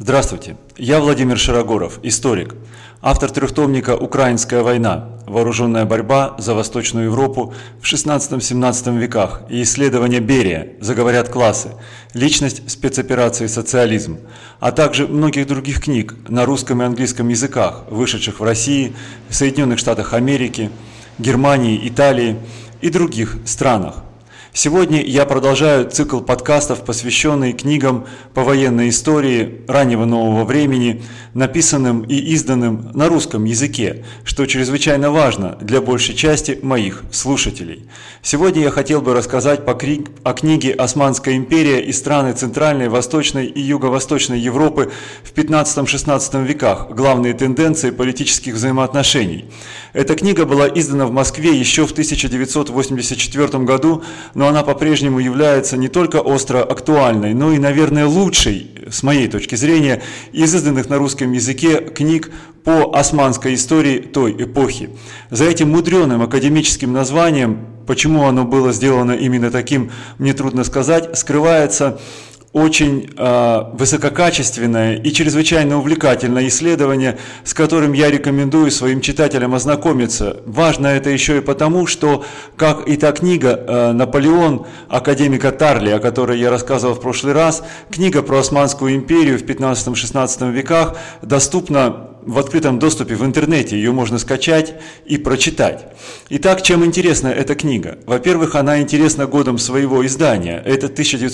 Здравствуйте, я Владимир Широгоров, историк, автор трехтомника «Украинская война. Вооруженная борьба за Восточную Европу в XVI-XVII веках» и исследования Берия «Заговорят классы. Личность спецоперации социализм», а также многих других книг на русском и английском языках, вышедших в России, Соединенных Штатах Америки, Германии, Италии и других странах. Сегодня я продолжаю цикл подкастов, посвященный книгам по военной истории раннего нового времени, написанным и изданным на русском языке, что чрезвычайно важно для большей части моих слушателей. Сегодня я хотел бы рассказать о книге «Османская империя и страны Центральной, Восточной и Юго-Восточной Европы в XV-XVI веках. Главные тенденции политических взаимоотношений». Эта книга была издана в Москве еще в 1984 году, но она по-прежнему является не только остро актуальной, но и, наверное, лучшей, с моей точки зрения, из изданных на русском языке книг по османской истории той эпохи. За этим мудреным академическим названием, почему оно было сделано именно таким, мне трудно сказать, скрывается очень высококачественное и чрезвычайно увлекательное исследование, с которым я рекомендую своим читателям ознакомиться. Важно это еще и потому, что, как и та книга «Наполеон» академика Тарли, о которой я рассказывал в прошлый раз, книга про Османскую империю в XV-XVI веках доступна в открытом доступе в интернете, ее можно скачать и прочитать. Итак, чем интересна эта книга? Во-первых, она интересна годом своего издания. Это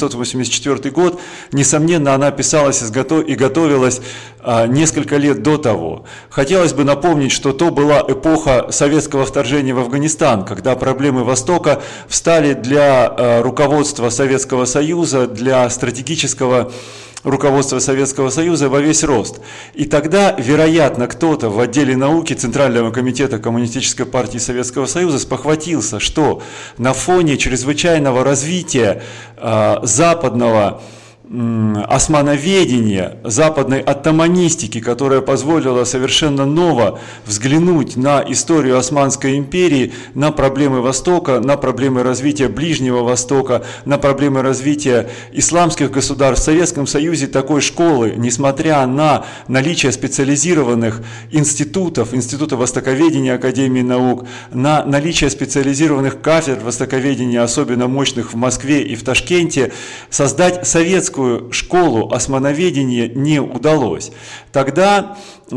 1984 год. Несомненно, она писалась и готовилась несколько лет до того. Хотелось бы напомнить, что то была эпоха советского вторжения в Афганистан, когда проблемы Востока встали для руководства Советского Союза, для стратегического руководства Советского Союза во весь рост. И тогда, вероятно, кто-то в отделе науки Центрального комитета Коммунистической партии Советского Союза спохватился, что на фоне чрезвычайного развития западного османоведения, западной оттоманистики, которая позволила совершенно ново взглянуть на историю Османской империи, на проблемы Востока, на проблемы развития Ближнего Востока, на проблемы развития исламских государств. В Советском Союзе такой школы, несмотря на наличие специализированных институтов, Института востоковедения Академии наук, на наличие специализированных кафедр востоковедения, особенно мощных в Москве и в Ташкенте, создать советскую школу османоведения не удалось. Тогда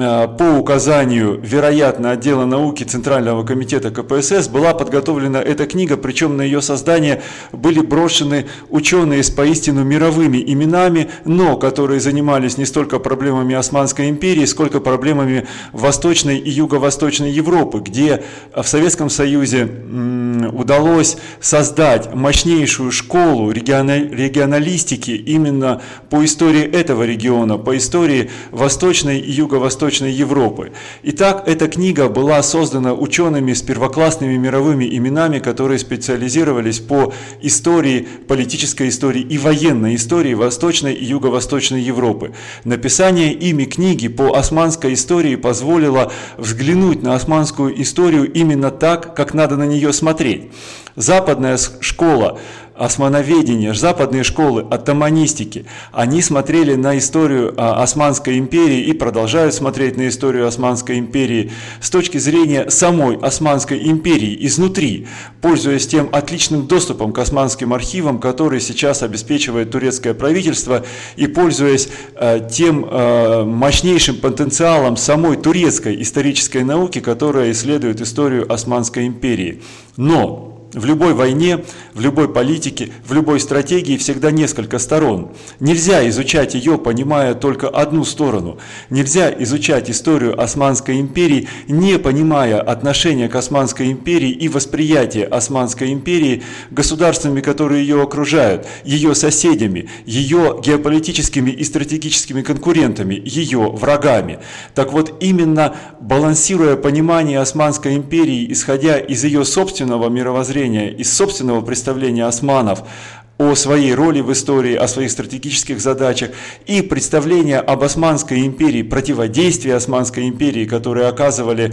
по указанию, вероятно, отдела науки Центрального комитета КПСС была подготовлена эта книга, причем на ее создание были брошены ученые с поистину мировыми именами, но которые занимались не столько проблемами Османской империи, сколько проблемами Восточной и Юго-Восточной Европы, где в Советском Союзе удалось создать мощнейшую школу регионалистики именно по истории этого региона, по истории Восточной и Юго-Восточной Европы. Итак, эта книга была создана учеными с первоклассными мировыми именами, которые специализировались по истории, политической истории и военной истории Восточной и Юго-Восточной Европы. Написание ими книги по османской истории позволило взглянуть на османскую историю именно так, как надо на нее смотреть. Западная школа османоведения, западные школы оттоманистики, они смотрели на историю Османской империи и продолжают смотреть на историю Османской империи с точки зрения самой Османской империи изнутри, пользуясь тем отличным доступом к османским архивам, который сейчас обеспечивает турецкое правительство, и пользуясь тем мощнейшим потенциалом самой турецкой исторической науки, которая исследует историю Османской империи. Но в любой войне, в любой политике, в любой стратегии всегда несколько сторон. Нельзя изучать ее, понимая только одну сторону. Нельзя изучать историю Османской империи, не понимая отношения к Османской империи и восприятие Османской империи государствами, которые ее окружают, ее соседями, ее геополитическими и стратегическими конкурентами, ее врагами. Так вот, именно балансируя понимание Османской империи, исходя из ее собственного мировоззрения, из собственного представления османов о своей роли в истории, о своих стратегических задачах и представление об Османской империи, противодействие Османской империи, которые оказывали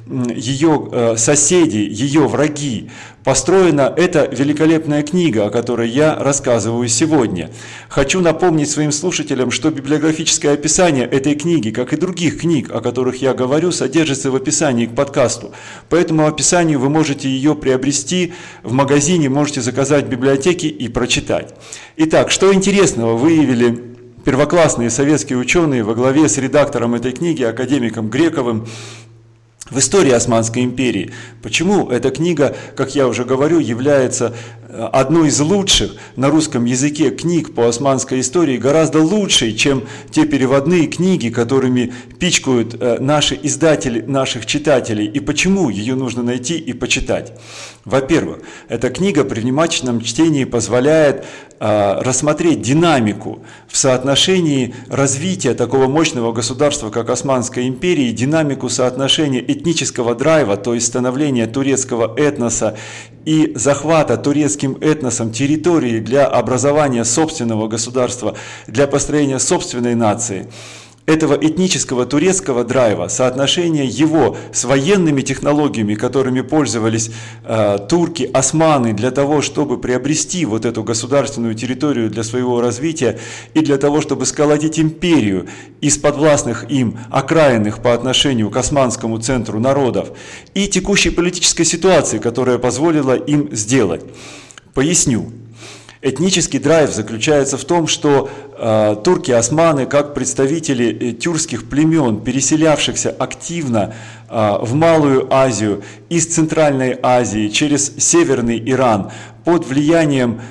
ее соседи, ее враги. Построена эта великолепная книга, о которой я рассказываю сегодня. Хочу напомнить своим слушателям, что библиографическое описание этой книги, как и других книг, о которых я говорю, содержится в описании к подкасту. По этому описанию вы можете ее приобрести в магазине, можете заказать в библиотеке и прочитать. Итак, что интересного выявили первоклассные советские ученые во главе с редактором этой книги, академиком Грековым, в истории Османской империи? Почему эта книга, как я уже говорю, является одной из лучших на русском языке книг по османской истории, гораздо лучшей, чем те переводные книги, которыми пичкают наши издатели, наших читателей, и почему ее нужно найти и почитать? Во-первых, эта книга при внимательном чтении позволяет рассмотреть динамику в соотношении развития такого мощного государства, как Османская империя, динамику соотношения этнического драйва, то есть становления турецкого этноса и захвата турецким этносом территории для образования собственного государства, для построения собственной нации. Этого этнического турецкого драйва, соотношение его с военными технологиями, которыми пользовались турки, османы для того, чтобы приобрести вот эту государственную территорию для своего развития и для того, чтобы сколотить империю из подвластных им окраинных по отношению к османскому центру народов, и текущей политической ситуации, которая позволила им сделать. Поясню. Этнический драйв заключается в том, что турки-османы, как представители тюркских племен, переселявшихся активно в Малую Азию из Центральной Азии через Северный Иран под влиянием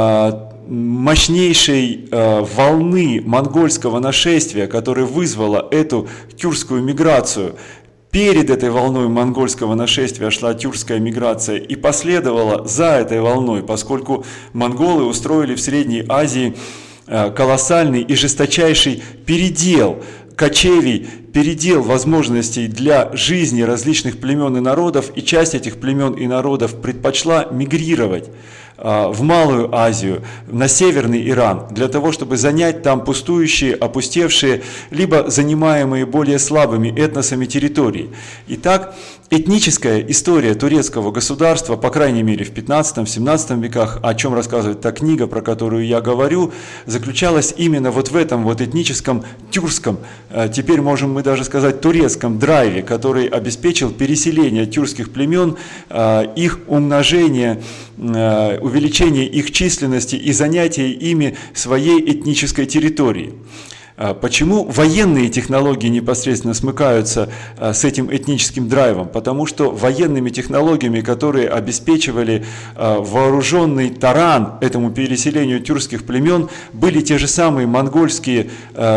мощнейшей волны монгольского нашествия, которая вызвала эту тюркскую миграцию. Перед этой волной монгольского нашествия шла тюркская миграция и последовала за этой волной, поскольку монголы устроили в Средней Азии колоссальный и жесточайший передел кочевий, передел возможностей для жизни различных племен и народов, и часть этих племен и народов предпочла мигрировать в Малую Азию, на Северный Иран, для того, чтобы занять там пустующие, опустевшие, либо занимаемые более слабыми этносами территории. Итак, этническая история турецкого государства, по крайней мере в 15-17 веках, о чем рассказывает та книга, про которую я говорю, заключалась именно вот в этом вот этническом тюркском, теперь можем мы даже сказать турецком драйве, который обеспечил переселение тюркских племен, их умножение, увеличение их численности и занятие ими своей этнической территории. Почему военные технологии непосредственно смыкаются с этим этническим драйвом? Потому что военными технологиями, которые обеспечивали вооруженный таран этому переселению тюркских племен, были те же самые монгольские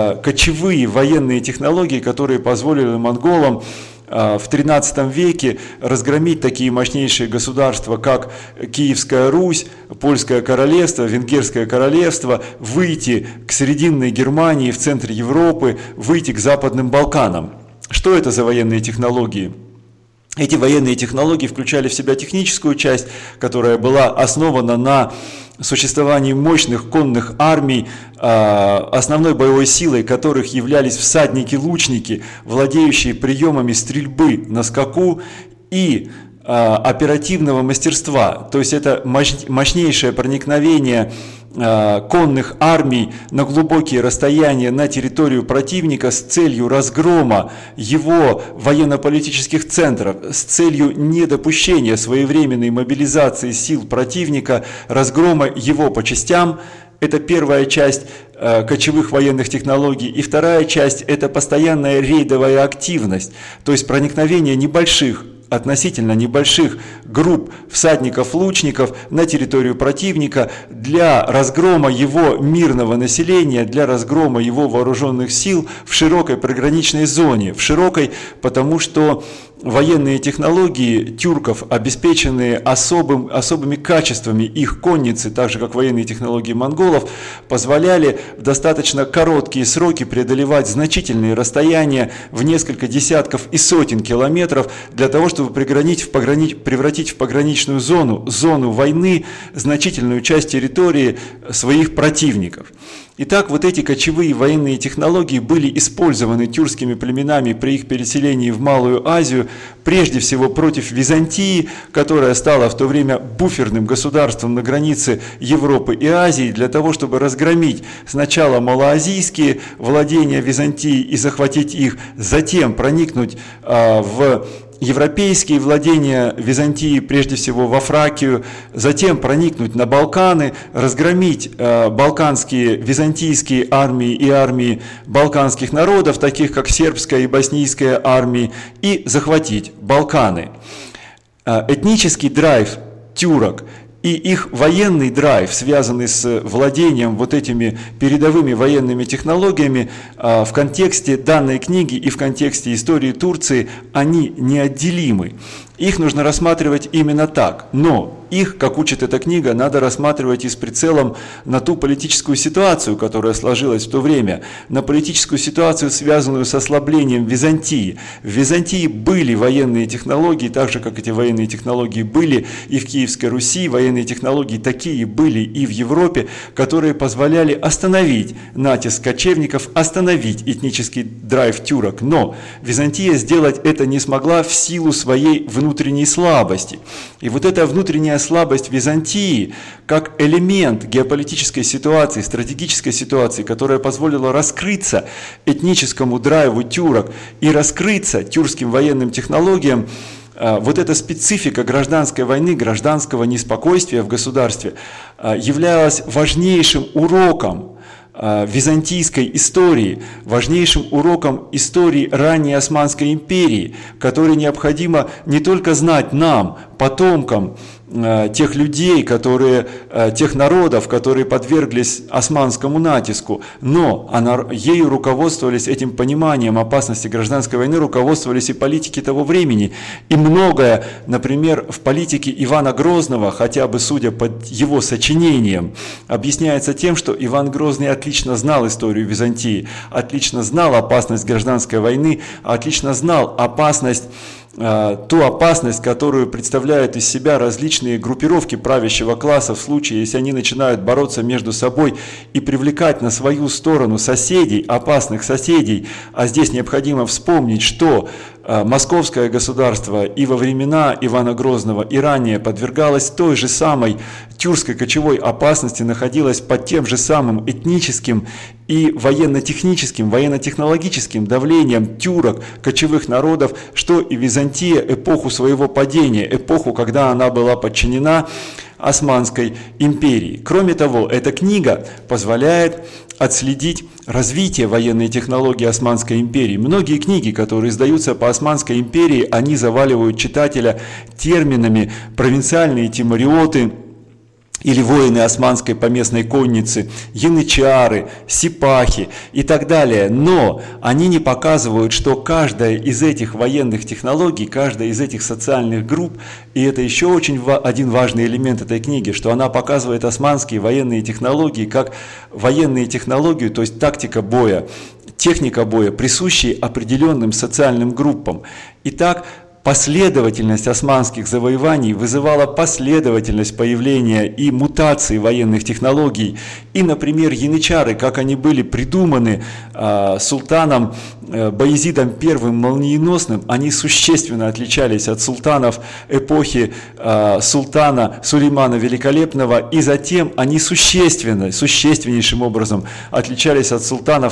кочевые военные технологии, которые позволили монголам в XIII веке разгромить такие мощнейшие государства, как Киевская Русь, Польское королевство, Венгерское королевство, выйти к Срединной Германии, в центре Европы, выйти к Западным Балканам. Что это за военные технологии? Эти военные технологии включали в себя техническую часть, которая была основана на существовании мощных конных армий, основной боевой силой которых являлись всадники-лучники, владеющие приемами стрельбы на скаку и оперативного мастерства. То есть это мощнейшее проникновение конных армий на глубокие расстояния на территорию противника с целью разгрома его военно-политических центров, с целью недопущения своевременной мобилизации сил противника, разгрома его по частям. Это первая часть кочевых военных технологий. И вторая часть – это постоянная рейдовая активность, то есть проникновение небольших, относительно небольших групп всадников-лучников на территорию противника для разгрома его мирного населения, для разгрома его вооруженных сил в широкой приграничной зоне. В широкой, потому что военные технологии тюрков, обеспеченные особыми качествами их конницы, так же как военные технологии монголов, позволяли в достаточно короткие сроки преодолевать значительные расстояния в несколько десятков и сотен километров для того, чтобы превратить в пограничную зону войны значительную часть территории своих противников. Итак, вот эти кочевые военные технологии были использованы тюркскими племенами при их переселении в Малую Азию, прежде всего против Византии, которая стала в то время буферным государством на границе Европы и Азии, для того, чтобы разгромить сначала малоазийские владения Византии и захватить их, затем проникнуть в европейские владения Византии, прежде всего во Фракию, затем проникнуть на Балканы, разгромить балканские византийские армии и армии балканских народов, таких как сербская и боснийская армии, и захватить Балканы. Этнический драйв тюрок и их военный драйв, связанный с владением вот этими передовыми военными технологиями, в контексте данной книги и в контексте истории Турции, они неотделимы. Их нужно рассматривать именно так, но их, как учит эта книга, надо рассматривать и с прицелом на ту политическую ситуацию, которая сложилась в то время, на политическую ситуацию, связанную с ослаблением Византии. В Византии были военные технологии, так же, как эти военные технологии были и в Киевской Руси, военные технологии такие были и в Европе, которые позволяли остановить натиск кочевников, остановить этнический драйв тюрок. Но Византия сделать это не смогла в силу своей внутренней слабости. И вот эта внутренняя слабость Византии, как элемент геополитической ситуации, стратегической ситуации, которая позволила раскрыться этническому драйву тюрок и раскрыться тюркским военным технологиям, вот эта специфика гражданской войны, гражданского неспокойствия в государстве являлась важнейшим уроком византийской истории, важнейшим уроком истории ранней Османской империи, который необходимо не только знать нам, потомкам тех людей, тех народов, которые подверглись османскому натиску, но ею руководствовались, этим пониманием опасности гражданской войны, руководствовались и политики того времени. И многое, например, в политике Ивана Грозного, хотя бы судя по его сочинениям, объясняется тем, что Иван Грозный отлично знал историю Византии, отлично знал опасность гражданской войны, отлично знал ту опасность, которую представляют из себя различные группировки правящего класса в случае, если они начинают бороться между собой и привлекать на свою сторону соседей, опасных соседей. А здесь необходимо вспомнить, что Московское государство и во времена Ивана Грозного и ранее подвергалось той же самой тюркской кочевой опасности, находилось под тем же самым этническим и военно-техническим, военно-технологическим давлением тюрок, кочевых народов, что и Византия эпоху своего падения, эпоху, когда она была подчинена Османской империи. Кроме того, эта книга позволяет отследить развитие военной технологии Османской империи. Многие книги, которые издаются по Османской империи, они заваливают читателя терминами «провинциальные тимариоты», или воины османской поместной конницы, янычары, сипахи и так далее. Но они не показывают, что каждая из этих военных технологий, каждая из этих социальных групп, и это еще один важный элемент этой книги, что она показывает османские военные технологии как военные технологии, то есть тактика боя, техника боя, присущие определенным социальным группам. Итак, последовательность османских завоеваний вызывала последовательность появления и мутации военных технологий. И, например, янычары, как они были придуманы султаном Баязидом I Молниеносным, они существенно отличались от сультанов эпохи султана Сулеймана Великолепного, и затем они существеннейшим образом отличались от султанов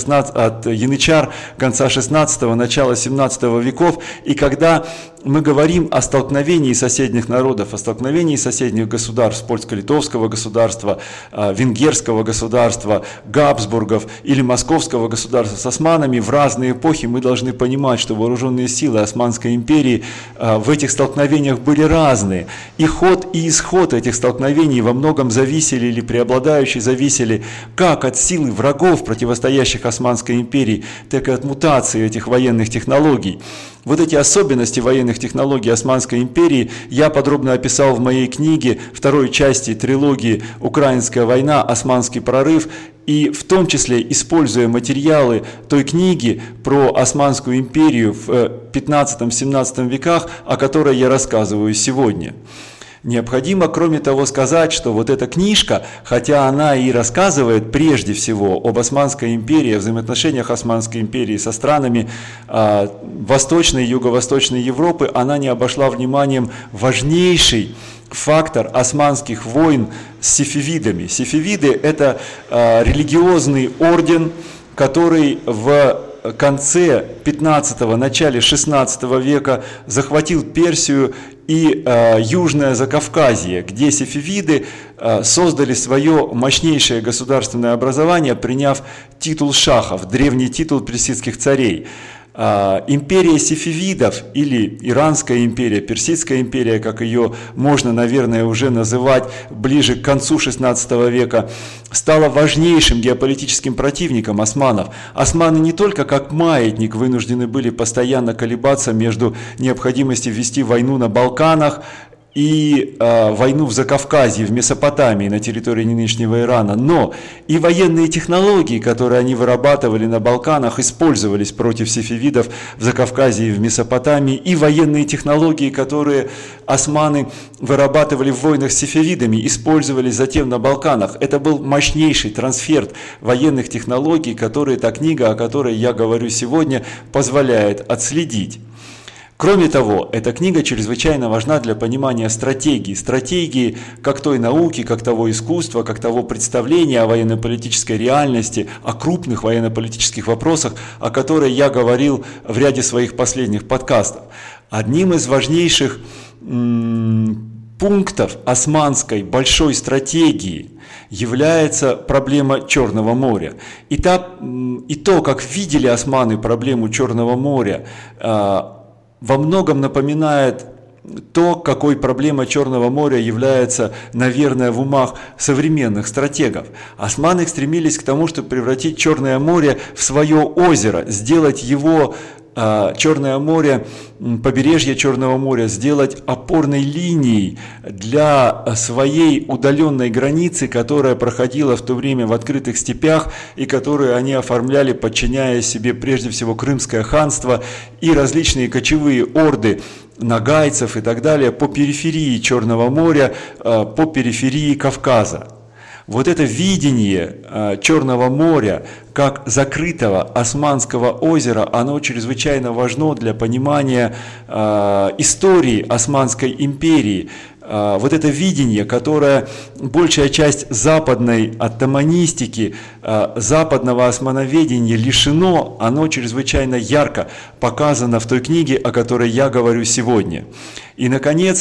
от янычар конца 16-го, начала 17 веков. И когда мы говорим о столкновении соседних народов, о столкновении соседних государств, польско-литовского государства, венгерского государства, Габсбургов или московского государства с османами в разные эпохи, мы должны понимать, что вооруженные силы Османской империи в этих столкновениях были разные. И ход, и исход этих столкновений во многом зависели или преобладающе зависели как от силы врагов, противостоящих Османской империи, так и от мутации этих военных технологий. Вот эти особенности военных технологий Османской империи я подробно описал в моей книге, второй части трилогии «Украинская война. Османский прорыв», и в том числе используя материалы той книги про Османскую империю в 15-17 веках, о которой я рассказываю сегодня. Необходимо, кроме того, сказать, что вот эта книжка, хотя она и рассказывает прежде всего об Османской империи, о взаимоотношениях Османской империи со странами Восточной и Юго-Восточной Европы, она не обошла вниманием важнейший фактор османских войн с сефевидами. Сефевиды – это религиозный орден, который в конце 15-го, начале 16 века захватил Персию и Южное Закавказье, где сефевиды создали свое мощнейшее государственное образование, приняв титул шахов, древний титул персидских царей. Империя сефевидов, или Иранская империя, Персидская империя, как ее можно, наверное, уже называть ближе к концу XVI века, стала важнейшим геополитическим противником османов. Османы не только как маятник вынуждены были постоянно колебаться между необходимостью вести войну на Балканах и войну в Закавказье, в Месопотамии, на территории нынешнего Ирана, но и военные технологии, которые они вырабатывали на Балканах, использовались против сефевидов в Закавказье и в Месопотамии, и военные технологии, которые османы вырабатывали в войнах с сефевидами, использовались затем на Балканах. Это был мощнейший трансфер военных технологий, которые эта книга, о которой я говорю сегодня, позволяет отследить. Кроме того, эта книга чрезвычайно важна для понимания стратегии как той науки, как того искусства, как того представления о военно-политической реальности, о крупных военно-политических вопросах, о которой я говорил в ряде своих последних подкастов. Одним из важнейших пунктов османской большой стратегии является проблема Черного моря. И то, как видели османы проблему Черного моря, во многом напоминает то, какой проблема Черного моря является, наверное, в умах современных стратегов. Османы стремились к тому, чтобы превратить Черное море в свое озеро, сделать его, Черное море, побережье Черного моря, сделать опорной линией для своей удаленной границы, которая проходила в то время в открытых степях и которую они оформляли, подчиняя себе прежде всего Крымское ханство и различные кочевые орды нагайцев и так далее по периферии Черного моря, по периферии Кавказа. Вот это видение Черного моря как закрытого османского озера, оно чрезвычайно важно для понимания истории Османской империи. Вот это видение, которое большая часть западной оттоманистики, западного османоведения лишено, оно чрезвычайно ярко показано в той книге, о которой я говорю сегодня. И, наконец,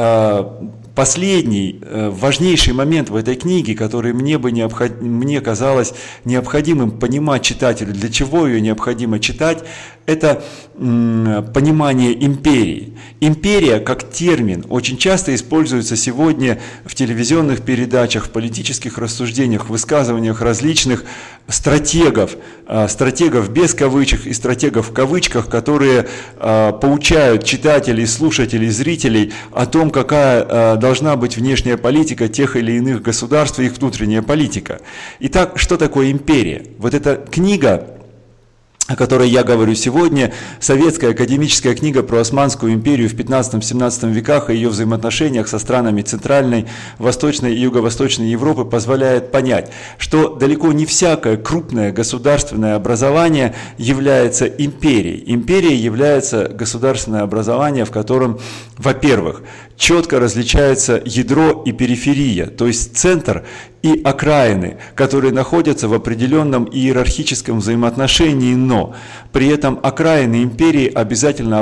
последний, важнейший момент в этой книге, который мне казалось необходимым понимать читателю, для чего ее необходимо читать, это понимание империи. Империя как термин очень часто используется сегодня в телевизионных передачах, в политических рассуждениях, в высказываниях различных стратегов без кавычек и стратегов в кавычках, которые поучают читателей, слушателей, зрителей о том, какая должна быть внешняя политика тех или иных государств и их внутренняя политика. Итак, что такое империя? Вот эта книга, о которой я говорю сегодня, советская академическая книга про Османскую империю в 15-17 веках и ее взаимоотношениях со странами Центральной, Восточной и Юго-Восточной Европы, позволяет понять, что далеко не всякое крупное государственное образование является империей. Империей является государственное образование, в котором, во-первых, четко различается ядро и периферия, то есть центр и окраины, которые находятся в определенном иерархическом взаимоотношении, но при этом окраины империи обязательно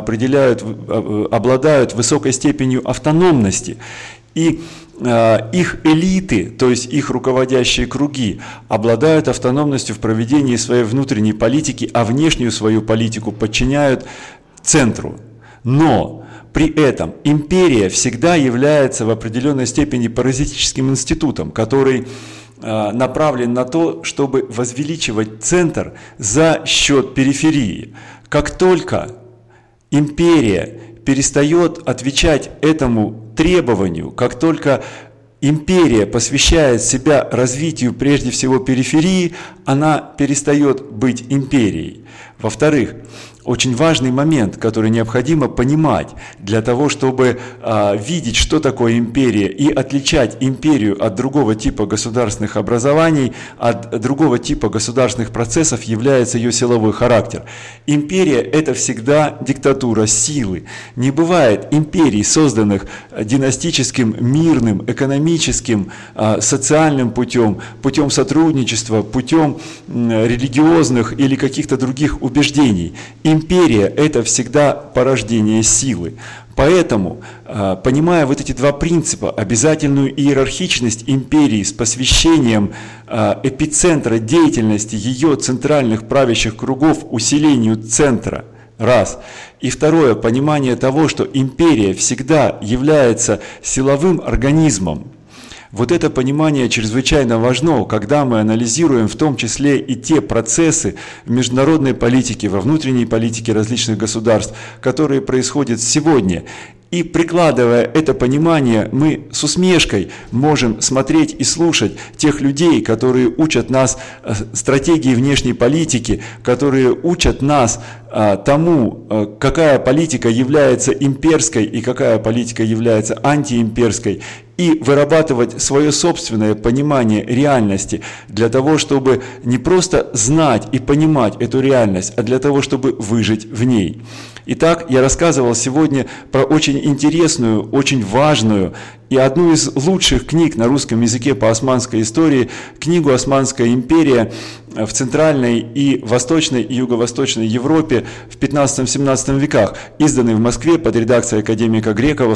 обладают высокой степенью автономности. И их элиты, то есть их руководящие круги, обладают автономностью в проведении своей внутренней политики, а внешнюю свою политику подчиняют центру. Но при этом империя всегда является в определенной степени паразитическим институтом, который направлен на то, чтобы возвеличивать центр за счет периферии. Как только империя перестает отвечать этому требованию, как только империя посвящает себя развитию прежде всего периферии, она перестает быть империей. Во-вторых, очень важный момент, который необходимо понимать для того, чтобы видеть, что такое империя, и отличать империю от другого типа государственных образований, от другого типа государственных процессов, является ее силовой характер. Империя – это всегда диктатура силы. Не бывает империй, созданных династическим, мирным, экономическим, социальным путем, путем сотрудничества, путем религиозных или каких-то других убеждений. Империя – это всегда порождение силы. Поэтому, понимая вот эти два принципа, обязательную иерархичность империи с посвящением эпицентра деятельности ее центральных правящих кругов усилению центра, раз. И второе, понимание того, что империя всегда является силовым организмом. Вот это понимание чрезвычайно важно, когда мы анализируем в том числе и те процессы в международной политике, во внутренней политике различных государств, которые происходят сегодня. И прикладывая это понимание, мы с усмешкой можем смотреть и слушать тех людей, которые учат нас стратегии внешней политики, которые учат нас тому, какая политика является имперской и какая политика является антиимперской, и вырабатывать свое собственное понимание реальности для того, чтобы не просто знать и понимать эту реальность, а для того, чтобы выжить в ней. Итак, я рассказывал сегодня про очень интересную, очень важную и одну из лучших книг на русском языке по османской истории, книгу «Османская империя» в Центральной и Восточной и Юго-Восточной Европе в 15-17 веках, изданный в Москве под редакцией академика Грекова в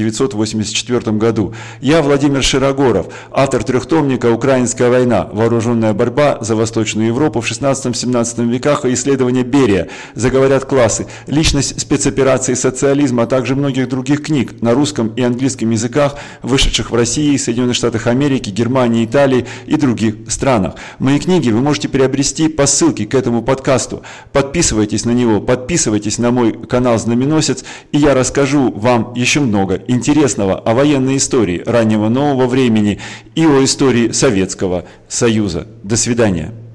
1984 году. Я Владимир Широгоров, автор трехтомника «Украинская война. Вооруженная борьба за Восточную Европу в 16-17 веках и исследования Берия. Заговорят классы. Личность спецоперации социализма, а также многих других книг на русском и английском языках, вышедших в России, Соединенных Штатах Америки, Германии, Италии и других странах. Мои книги вы можете приобрести по ссылке к этому подкасту. Подписывайтесь на него, подписывайтесь на мой канал «Знаменосец», и я расскажу вам еще много интересного о военной истории раннего нового времени и о истории Советского Союза. До свидания.